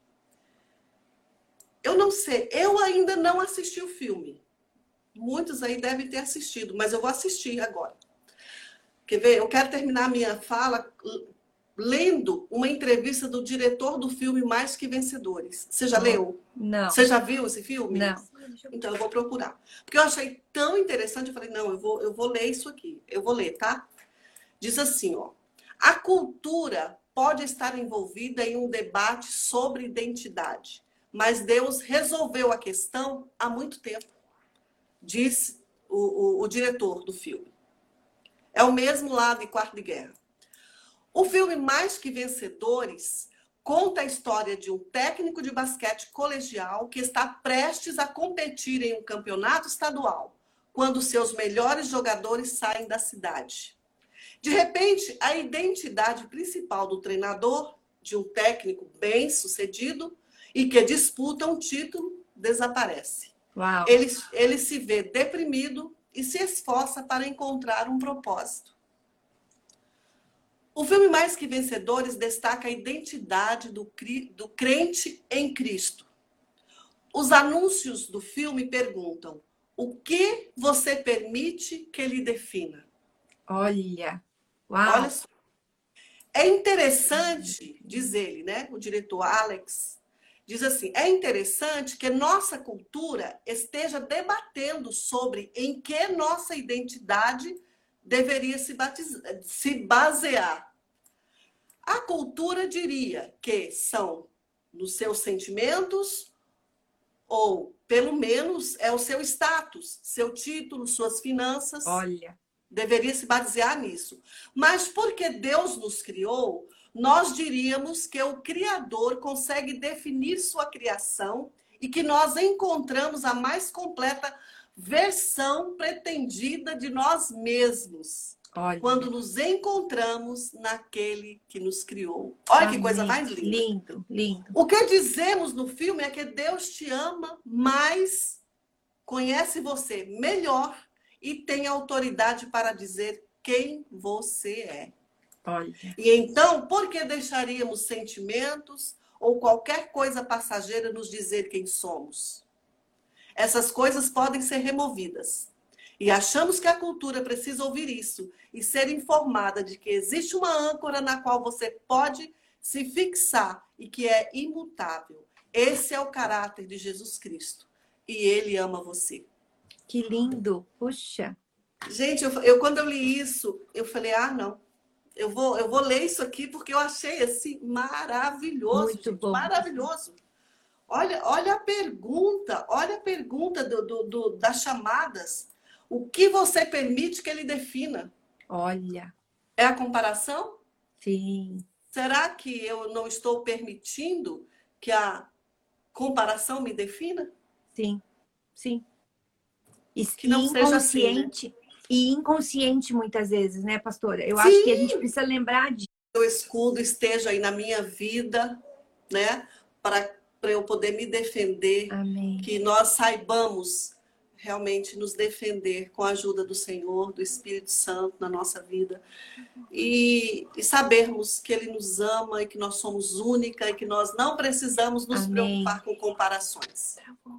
Eu não sei, eu ainda não assisti o filme. Muitos aí devem ter assistido, mas eu vou assistir agora. Quer ver? Eu quero terminar a minha fala lendo uma entrevista do diretor do filme Mais Que Vencedores. Você já leu? Não. Você já viu esse filme? Não. Então, eu vou procurar. Porque eu achei tão interessante, eu falei, não, eu vou ler isso aqui. Eu vou ler, tá? Diz assim, ó. A cultura pode estar envolvida em um debate sobre identidade, mas Deus resolveu a questão há muito tempo, diz o diretor do filme. É o mesmo lá de Quarto de Guerra. O filme Mais Que Vencedores conta a história de um técnico de basquete colegial que está prestes a competir em um campeonato estadual, quando seus melhores jogadores saem da cidade. De repente, a identidade principal do treinador, de um técnico bem-sucedido e que disputa um título, desaparece. Uau. Ele se vê deprimido e se esforça para encontrar um propósito. O filme Mais Que Vencedores destaca a identidade do crente em Cristo. Os anúncios do filme perguntam: o que você permite que ele defina? Olha, uau. Olha só. É interessante, diz ele, né? O diretor Alex, diz assim, é interessante que nossa cultura esteja debatendo sobre em que nossa identidade deveria se basear. A cultura diria que são nos seus sentimentos ou, pelo menos, é o seu status, seu título, suas finanças. Olha. Deveria se basear nisso. Mas porque Deus nos criou, nós diríamos que o Criador consegue definir sua criação e que nós encontramos a mais completa versão pretendida de nós mesmos. Olha. Quando nos encontramos naquele que nos criou. Olha Amém. Que coisa mais linda. Lindo, lindo. O que dizemos no filme é que Deus te ama mais, conhece você melhor e tem autoridade para dizer quem você é. Olha. E então, por que deixaríamos sentimentos ou qualquer coisa passageira nos dizer quem somos. Essas coisas podem ser removidas. E achamos que a cultura precisa ouvir isso e ser informada de que existe uma âncora na qual você pode se fixar e que é imutável. Esse é o caráter de Jesus Cristo. E ele ama você. Que lindo! Puxa! Gente, quando eu li isso, eu falei, não. Eu vou ler isso aqui porque eu achei assim maravilhoso, Muito gente, bom. maravilhoso. Olha a pergunta das chamadas. O que você permite que ele defina? Olha. É a comparação? Sim. Será que eu não estou permitindo que a comparação me defina? Sim, sim. Que não seja assim, né? E inconsciente muitas vezes, né, pastora? Eu Sim. acho que a gente precisa lembrar disso. O escudo esteja aí na minha vida, né? Para eu poder me defender. Amém. Que nós saibamos realmente nos defender com a ajuda do Senhor, do Espírito Santo na nossa vida. E sabermos que Ele nos ama e que nós somos única e que nós não precisamos nos preocupar com comparações.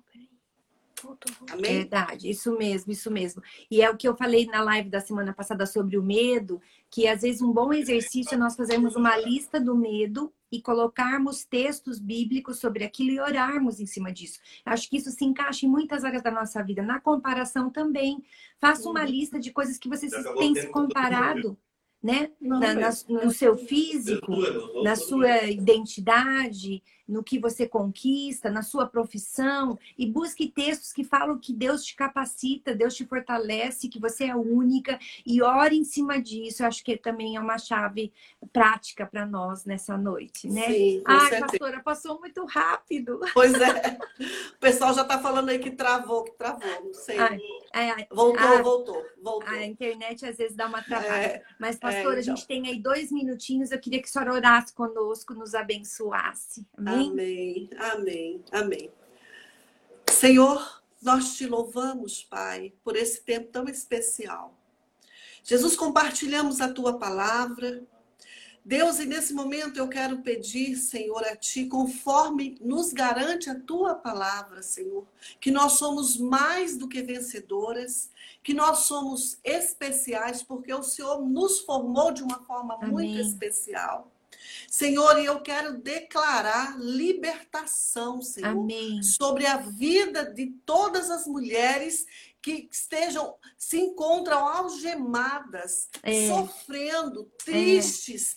Amém? Verdade, isso mesmo, isso mesmo. E é o que eu falei na live da semana passada sobre o medo, que às vezes um bom exercício é nós fazermos uma lista do medo e colocarmos textos bíblicos sobre aquilo e orarmos em cima disso. Acho que isso se encaixa em muitas áreas da nossa vida. Na comparação também. Faça uma lista de coisas que você tem se comparado, né? No seu físico, na sua identidade, no que você conquista, na sua profissão, e busque textos que falam que Deus te capacita, Deus te fortalece, que você é única, e ore em cima disso. Eu acho que também é uma chave prática para nós nessa noite, né? Sim, com certeza. Pastora, passou muito rápido. Pois é. O pessoal já está falando aí que travou, não sei. Voltou. A internet às vezes dá uma travada. Mas, pastora, a gente tem aí 2 minutinhos. Eu queria que a senhora orasse conosco, nos abençoasse. Amém? Amém, amém, amém. Senhor, nós te louvamos, Pai, por esse tempo tão especial. Jesus, compartilhamos a tua palavra. Deus, e nesse momento eu quero pedir, Senhor, a Ti, conforme nos garante a Tua palavra, Senhor, que nós somos mais do que vencedoras, que nós somos especiais, porque o Senhor nos formou de uma forma muito especial. Senhor, e eu quero declarar libertação, Senhor, Amém. Sobre a vida de todas as mulheres que se encontram algemadas, sofrendo, tristes,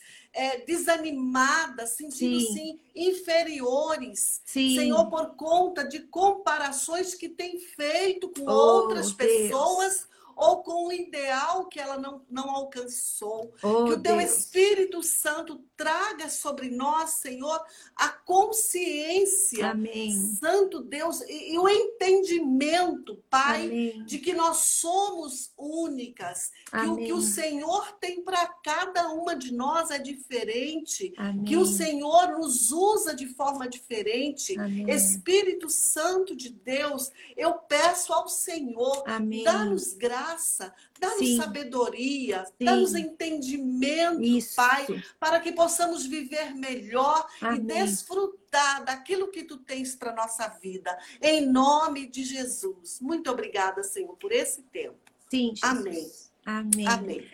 desanimadas, sentindo-se inferiores. Sim. Senhor, por conta de comparações que têm feito com outras pessoas ou com o ideal que ela não alcançou. Que o Teu Espírito Santo traga sobre nós, Senhor, a consciência, Santo Deus, e o entendimento, Pai, de que nós somos únicas, que o que o Senhor tem para cada uma de nós é diferente, que o Senhor nos usa de forma diferente. Espírito Santo de Deus, eu peço ao Senhor, dá-nos graça, dá-nos sabedoria, dá-nos entendimento, Pai, para que possamos viver melhor e desfrutar daquilo que Tu tens para a nossa vida. Em nome de Jesus. Muito obrigada, Senhor, por esse tempo. Sim, Jesus. Amém. Amém.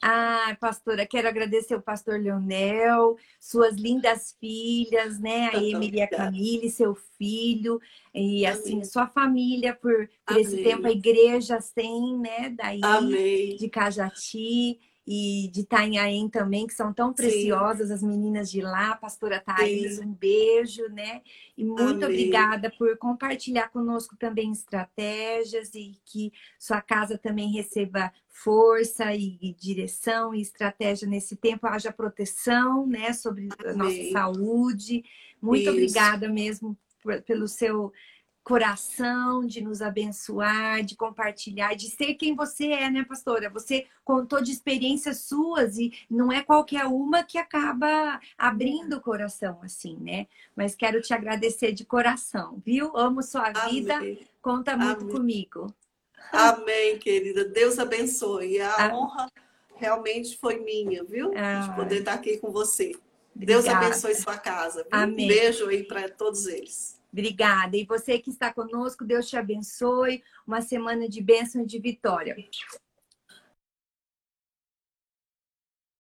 Pastora, quero agradecer o pastor Leonel, suas lindas filhas, né? A Emília e a Camille, seu filho, e assim, sua família por esse tempo, a igreja sem, né? Daí, de Cajati e de Itanhaém também, que são tão preciosas, as meninas de lá, pastora Thaís, um beijo, né? E muito obrigada por compartilhar conosco também estratégias e que sua casa também receba força e direção e estratégia nesse tempo, haja proteção, né, sobre a nossa saúde. Muito obrigada mesmo pelo seu coração de nos abençoar, de compartilhar, de ser quem você é, né, pastora? Você contou de experiências suas e não é qualquer uma que acaba abrindo o coração assim, né? Mas quero te agradecer de coração, viu? Amo sua vida, conta muito comigo. Amém, querida. Deus abençoe. A honra realmente foi minha, viu? De poder estar aqui com você. Deus Obrigada. abençoe sua casa. Viu? Amém. Um beijo aí para todos eles. Obrigada. E você que está conosco, Deus te abençoe. Uma semana de bênção e de vitória.